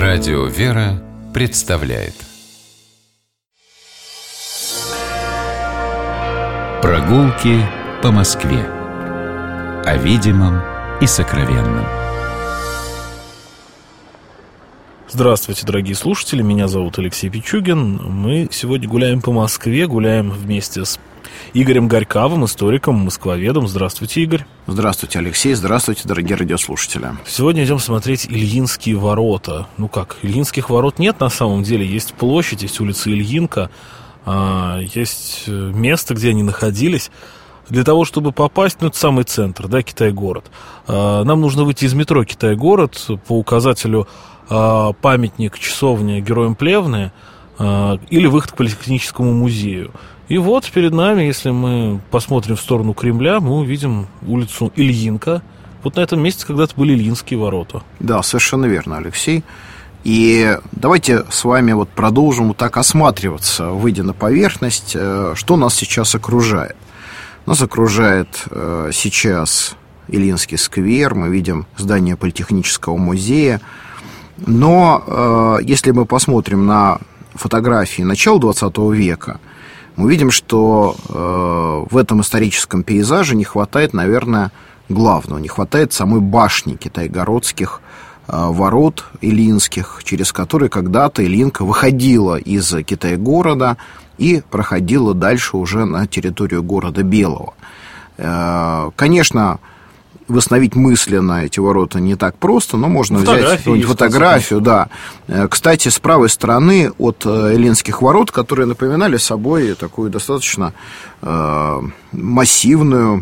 Радио «Вера» представляет прогулки по Москве. О видимом и сокровенном. Здравствуйте, дорогие слушатели, меня зовут Алексей Пичугин. Мы сегодня гуляем по Москве, гуляем вместе с Игорем Горьковым, историком, москвоведом. Здравствуйте, Игорь. Здравствуйте, Алексей. Здравствуйте, дорогие радиослушатели. Сегодня идем смотреть Ильинские ворота. Ну как, Ильинских ворот нет на самом деле. Есть площадь, есть улица Ильинка, есть место, где они находились. Для того, чтобы попасть, это самый центр, да, Китай-город. Нам нужно выйти из метро Китай-город по указателю памятник, часовня Героям Плевны или выход к Политехническому музею. И вот перед нами, если мы посмотрим в сторону Кремля, мы увидим улицу Ильинка. Вот на этом месте когда-то были Ильинские ворота. Да, совершенно верно, Алексей. И давайте с вами вот продолжим вот так осматриваться, выйдя на поверхность, что нас сейчас окружает. Нас окружает сейчас Ильинский сквер, мы видим здание Политехнического музея. Но если мы посмотрим на фотографии начала 20 века, мы видим, что в этом историческом пейзаже не хватает, наверное, главного. Не хватает самой башни китайгородских ворот Ильинских, через которые когда-то Ильинка выходила из Китай-города и проходила дальше уже на территорию города Белого. Конечно, восстановить мысленно эти ворота не так просто, но можно взять фотографию, да. Кстати, с правой стороны от Ильинских ворот, которые напоминали собой такую достаточно массивную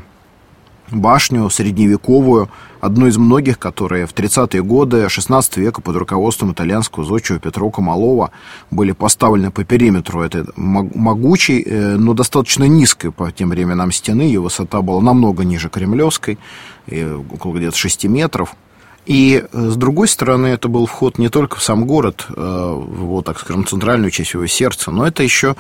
башню средневековую, одну из многих, которые в 30-е годы XVI века под руководством итальянского зодчего Петро Камалова были поставлены по периметру этой могучей, но достаточно низкой по тем временам стены. Ее высота была намного ниже Кремлевской, около где-то 6 метров. И, с другой стороны, это был вход не только в сам город, в его, так скажем, центральную часть его сердца, но это еще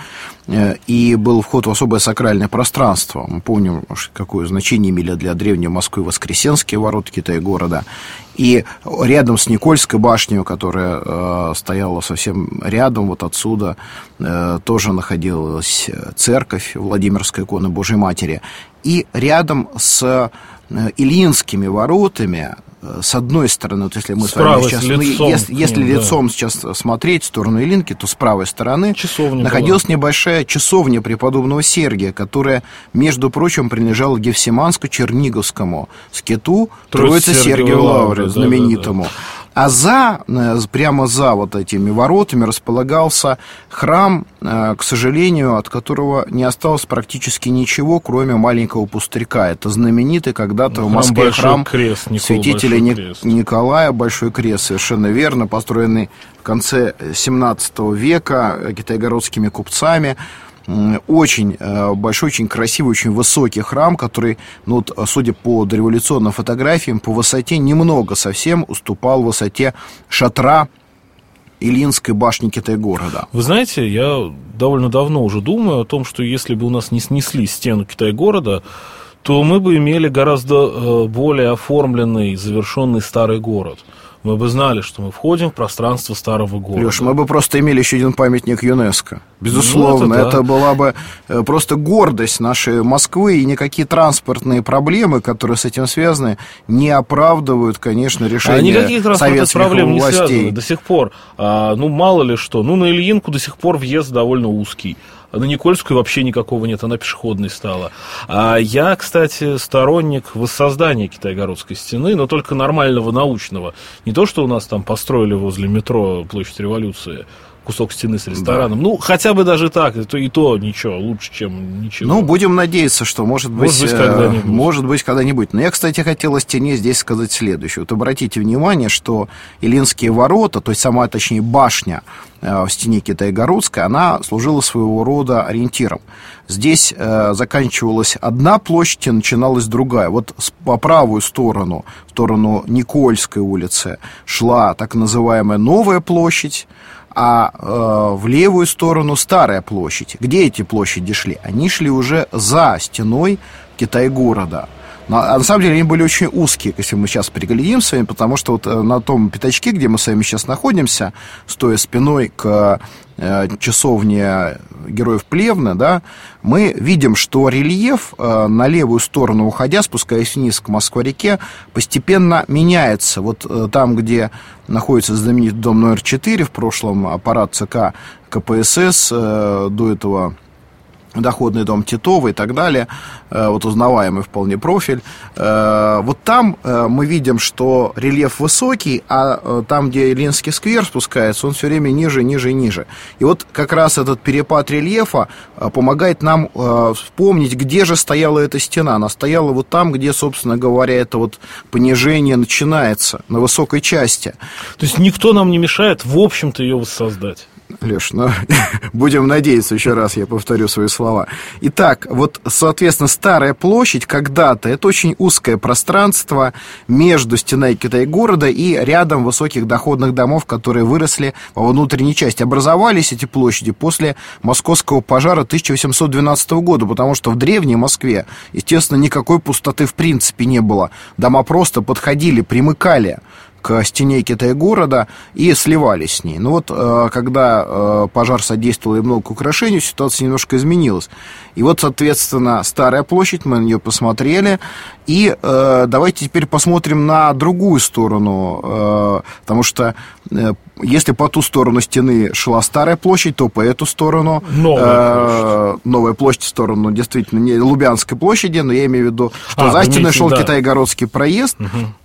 и был вход в особое сакральное пространство. Мы помним, какое значение имели для древней Москвы Воскресенские ворота Китай-города. И рядом с Никольской башней, которая стояла совсем рядом, вот отсюда тоже находилась церковь Владимирской иконы Божьей Матери. И рядом с Ильинскими воротами, с одной стороны, вот если мы с вами сейчас, если лицом сейчас смотреть в сторону Ильинки, то с правой стороны находилась небольшая часовня преподобного Сергия, которая, между прочим, принадлежала Гефсиманско-Черниговскому скиту Троицы Сергиевой Лавры, знаменитому. А прямо за вот этими воротами располагался храм, к сожалению, от которого не осталось практически ничего, кроме маленького пустырька. Это знаменитый когда-то в Москве храм святителя Николая, Большой Крест, совершенно верно, построенный в конце XVII века китайгородскими купцами. Очень большой, очень красивый, очень высокий храм, который, ну, вот, судя по дореволюционным фотографиям, по высоте немного совсем уступал высоте шатра Ильинской башни Китай-города. Вы знаете, я довольно давно уже думаю о том, что если бы у нас не снесли стену Китай-города, то мы бы имели гораздо более оформленный, завершенный старый город. Мы бы знали, что мы входим в пространство старого города. Леш, мы бы просто имели еще один памятник ЮНЕСКО. Безусловно, это была бы просто гордость нашей Москвы, и никакие транспортные проблемы, которые с этим связаны, не оправдывают, конечно, решение советских властей. Не связаны до сих пор. Мало ли что. На Ильинку до сих пор въезд довольно узкий. На Никольскую вообще никакого нет, она пешеходной стала. Я, кстати, сторонник воссоздания Китай-городской стены, но только нормального, научного. Не то, что у нас там построили возле метро Площадь Революции кусок стены с рестораном. Да. Хотя бы даже так, и то ничего, лучше, чем ничего. Будем надеяться, что может быть когда-нибудь. Но я, кстати, хотел о стене здесь сказать следующее. Вот обратите внимание, что Ильинские ворота, то есть сама, точнее, башня в стене Китай-городской, она служила своего рода ориентиром. Здесь заканчивалась одна площадь и начиналась другая. Вот по правую сторону, в сторону Никольской улицы, шла так называемая Новая площадь, а в левую сторону Старая площадь. Где эти площади шли? Они шли уже за стеной Китай-города. А на самом деле они были очень узкие, если мы сейчас приглядимся с вами, потому что вот на том пятачке, где мы с вами сейчас находимся, стоя спиной к часовне Героев Плевны, да, мы видим, что рельеф на левую сторону уходя, спускаясь вниз к Москва-реке, постепенно меняется. Вот там, где находится знаменитый дом номер 4, в прошлом аппарат ЦК КПСС, до этого доходный дом Титова и так далее, вот узнаваемый вполне профиль. Вот там мы видим, что рельеф высокий, а там, где Ленинский сквер спускается, он все время ниже, ниже и ниже. И вот как раз этот перепад рельефа помогает нам вспомнить, где же стояла эта стена. Она стояла вот там, где, собственно говоря, это вот понижение начинается, на высокой части. То есть никто нам не мешает, в общем-то, ее воссоздать. Леш, ну, будем надеяться, еще раз я повторю свои слова. Итак, вот, соответственно, Старая площадь когда-то, это очень узкое пространство между стеной Китай-города и рядом высоких доходных домов, которые выросли во внутренней части. Образовались эти площади после московского пожара 1812 года, потому что в древней Москве, естественно, никакой пустоты в принципе не было. Дома просто подходили, примыкали к стене Китай-города и сливались с ней. Ну вот, когда пожар содействовал и много к украшению, ситуация немножко изменилась. И вот, соответственно, Старая площадь, мы на нее посмотрели. И давайте теперь посмотрим на другую сторону, потому что если по ту сторону стены шла Старая площадь, то по эту сторону Новая площадь в сторону, действительно, не Лубянской площади, но я имею в виду, что за стеной шел Китай-городский проезд.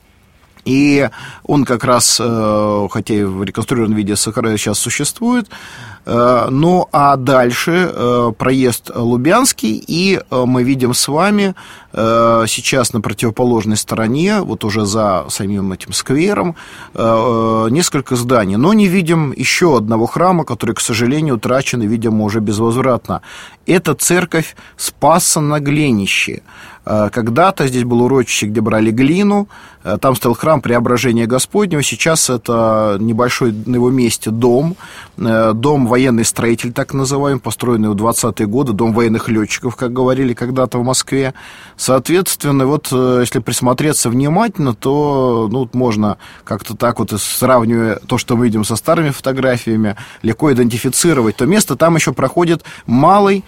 И он как раз, хотя и в реконструированном виде сейчас существует, ну а дальше проезд Лубянский, и мы видим с вами сейчас на противоположной стороне, вот уже за самим этим сквером, несколько зданий. Но не видим еще одного храма, который, к сожалению, утрачен и, видимо, уже безвозвратно. Это церковь Спаса на Глинище. Когда-то здесь было урочище, где брали глину, там стоял храм Преображения Господнего, сейчас это небольшой на его месте дом военный строитель, так называемый, построенный в 20-е годы, дом военных летчиков, как говорили когда-то в Москве. Соответственно, вот если присмотреться внимательно, то можно как-то так вот, сравнивая то, что мы видим со старыми фотографиями, легко идентифицировать то место. Там еще проходит малый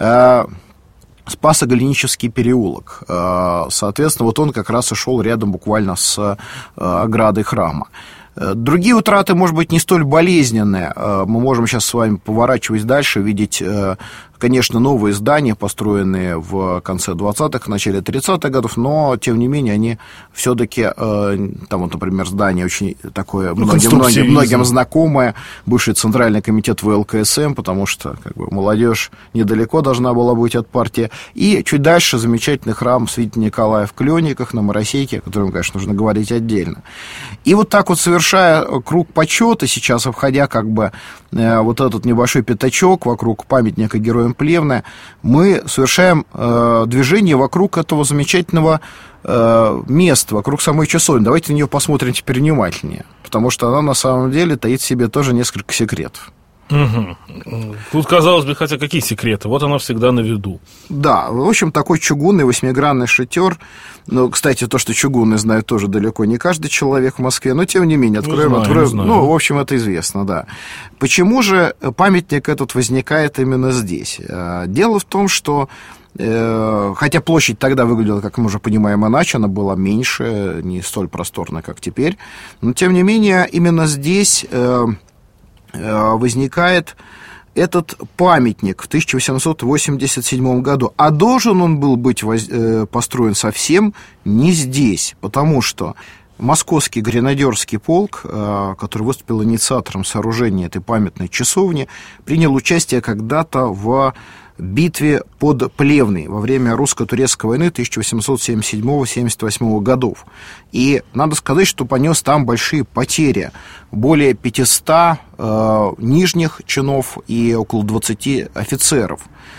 Спасо-Голенический переулок. Соответственно, вот он как раз и шел рядом буквально с оградой храма. Другие утраты, может быть, не столь болезненные. Мы можем сейчас с вами, поворачиваясь дальше, видеть, конечно, новые здания, построенные в конце 20-х, в начале 30-х годов, но, тем не менее, они все-таки, там вот, например, здание очень такое, многим знакомое, бывший Центральный комитет ВЛКСМ, потому что молодежь недалеко должна была быть от партии, и чуть дальше замечательный храм святителя Николая в Клёниках на Моросейке, о котором, конечно, нужно говорить отдельно. И вот так вот, совершая круг почета, сейчас, обходя вот этот небольшой пятачок вокруг памятника Героям Плевны, мы совершаем движение вокруг этого замечательного места, вокруг самой часовни. Давайте на нее посмотрим теперь внимательнее, потому что она на самом деле таит в себе тоже несколько секретов. Угу. Тут, казалось бы, хотя какие секреты? Вот она всегда на виду. Да, в общем, такой чугунный восьмигранный шатер. Ну, кстати, то, что чугунный знает тоже далеко не каждый человек в Москве, но тем не менее, откроем. Ну, в общем, это известно, да. Почему же памятник этот возникает именно здесь? Дело в том, что хотя площадь тогда выглядела, как мы уже понимаем, иначе, она была меньше, не столь просторная, как теперь, но тем не менее, именно здесь возникает этот памятник в 1887 году. А должен он был быть построен совсем не здесь, потому что Московский гренадерский полк, который выступил инициатором сооружения этой памятной часовни, принял участие когда-то в битве под Плевной во время русско-турецкой войны 1877-78 годов. И надо сказать, что понес там большие потери. Более 500 нижних чинов и около 20 офицеров.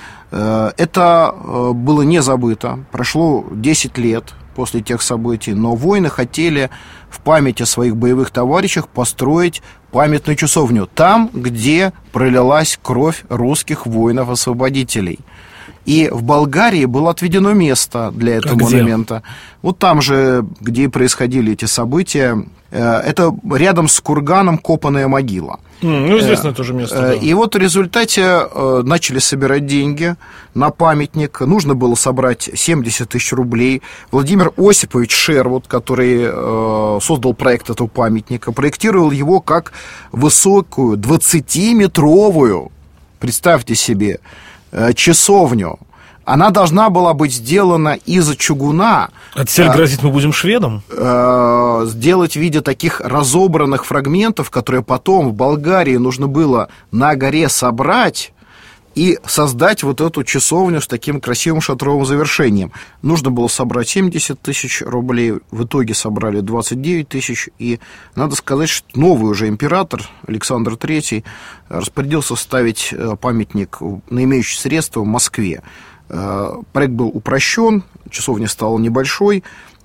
Это было не забыто. Прошло 10 лет после тех событий, но воины хотели в память о своих боевых товарищах построить памятную часовню там, где пролилась кровь русских воинов-освободителей. И в Болгарии было отведено место для этого монумента. Вот там же, где происходили эти события, это рядом с курганом копанная могила. Ну, известное тоже место. Да. И вот в результате начали собирать деньги на памятник. Нужно было собрать 70 тысяч рублей. Владимир Осипович Шервуд, который создал проект этого памятника, проектировал его как высокую 20-метровую, представьте себе, часовню. Она должна была быть сделана из чугуна. А теперь грозит, мы будем шведом? Сделать в виде таких разобранных фрагментов, которые потом в Болгарии нужно было на горе собрать и создать вот эту часовню с таким красивым шатровым завершением. Нужно было собрать 70 тысяч рублей, в итоге собрали 29 тысяч, и надо сказать, что новый уже император Александр III распорядился ставить памятник на имеющие средства в Москве. Проект был упрощен, часовня стала небольшой,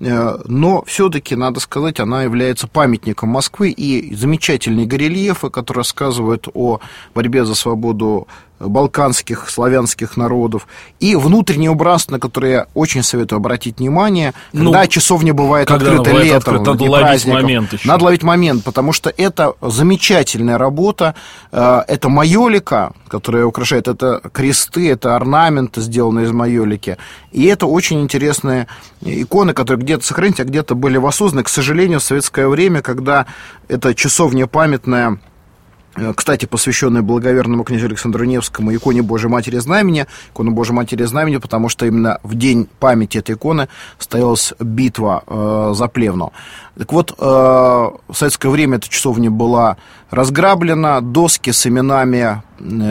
но все-таки, надо сказать, она является памятником Москвы, и замечательные горельефы, которые рассказывают о борьбе за свободу балканских, славянских народов, и внутреннее убранство, на которое я очень советую обратить внимание, когда часовня бывает открыта летом, надо ловить момент еще. Надо ловить момент, потому что это замечательная работа, это майолика, которая украшает, это кресты, это орнаменты, сделанные из майолики, и это очень интересные иконы, которые где-то сохранились, а где-то были воссозданы. К сожалению, в советское время, когда эта часовня памятная, кстати, посвященная благоверному князю Александру Невскому, иконе Божией Матери Знамени, икону Божией Матери Знамени, потому что именно в день памяти этой иконы состоялась битва за Плевну. Так вот, в советское время эта часовня была разграблена, доски с именами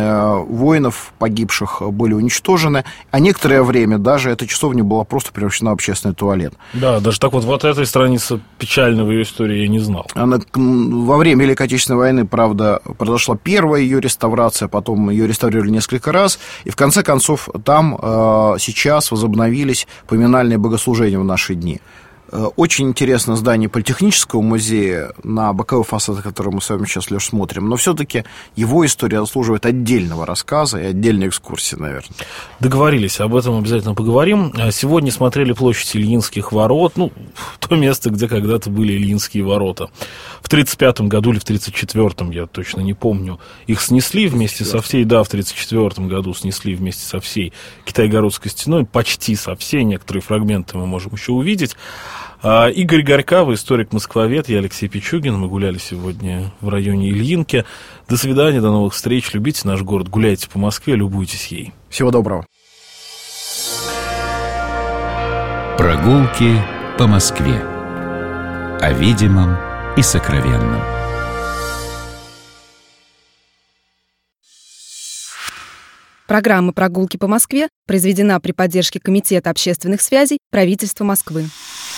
воинов погибших были уничтожены, а некоторое время даже эта часовня была просто превращена в общественный туалет. Да, даже так вот этой страницы печальной в ее истории я не знал. Она во время Великой Отечественной войны, правда, произошла первая ее реставрация, потом ее реставрировали несколько раз, и в конце концов там сейчас возобновились поминальные богослужения в наши дни. Очень интересно здание Политехнического музея, на боковой фасад, который мы с вами сейчас, Леш, смотрим, но все-таки его история заслуживает отдельного рассказа и отдельной экскурсии, наверное. Договорились, об этом обязательно поговорим. Сегодня смотрели площадь Ильинских ворот, то место, где когда-то были Ильинские ворота. В 1935 году или в 1934, я точно не помню, их снесли вместе со всей, в 1934 году снесли вместе со всей Китай-Городской стеной, почти со всей, некоторые фрагменты мы можем еще увидеть. Игорь Горькав, историк-москвовед, я Алексей Пичугин. Мы гуляли сегодня в районе Ильинки. До свидания, до новых встреч. Любите наш город, гуляйте по Москве, любуйтесь ей. Всего доброго. Прогулки по Москве. О видимом и сокровенном. Программа «Прогулки по Москве» произведена при поддержке Комитета общественных связей правительства Москвы.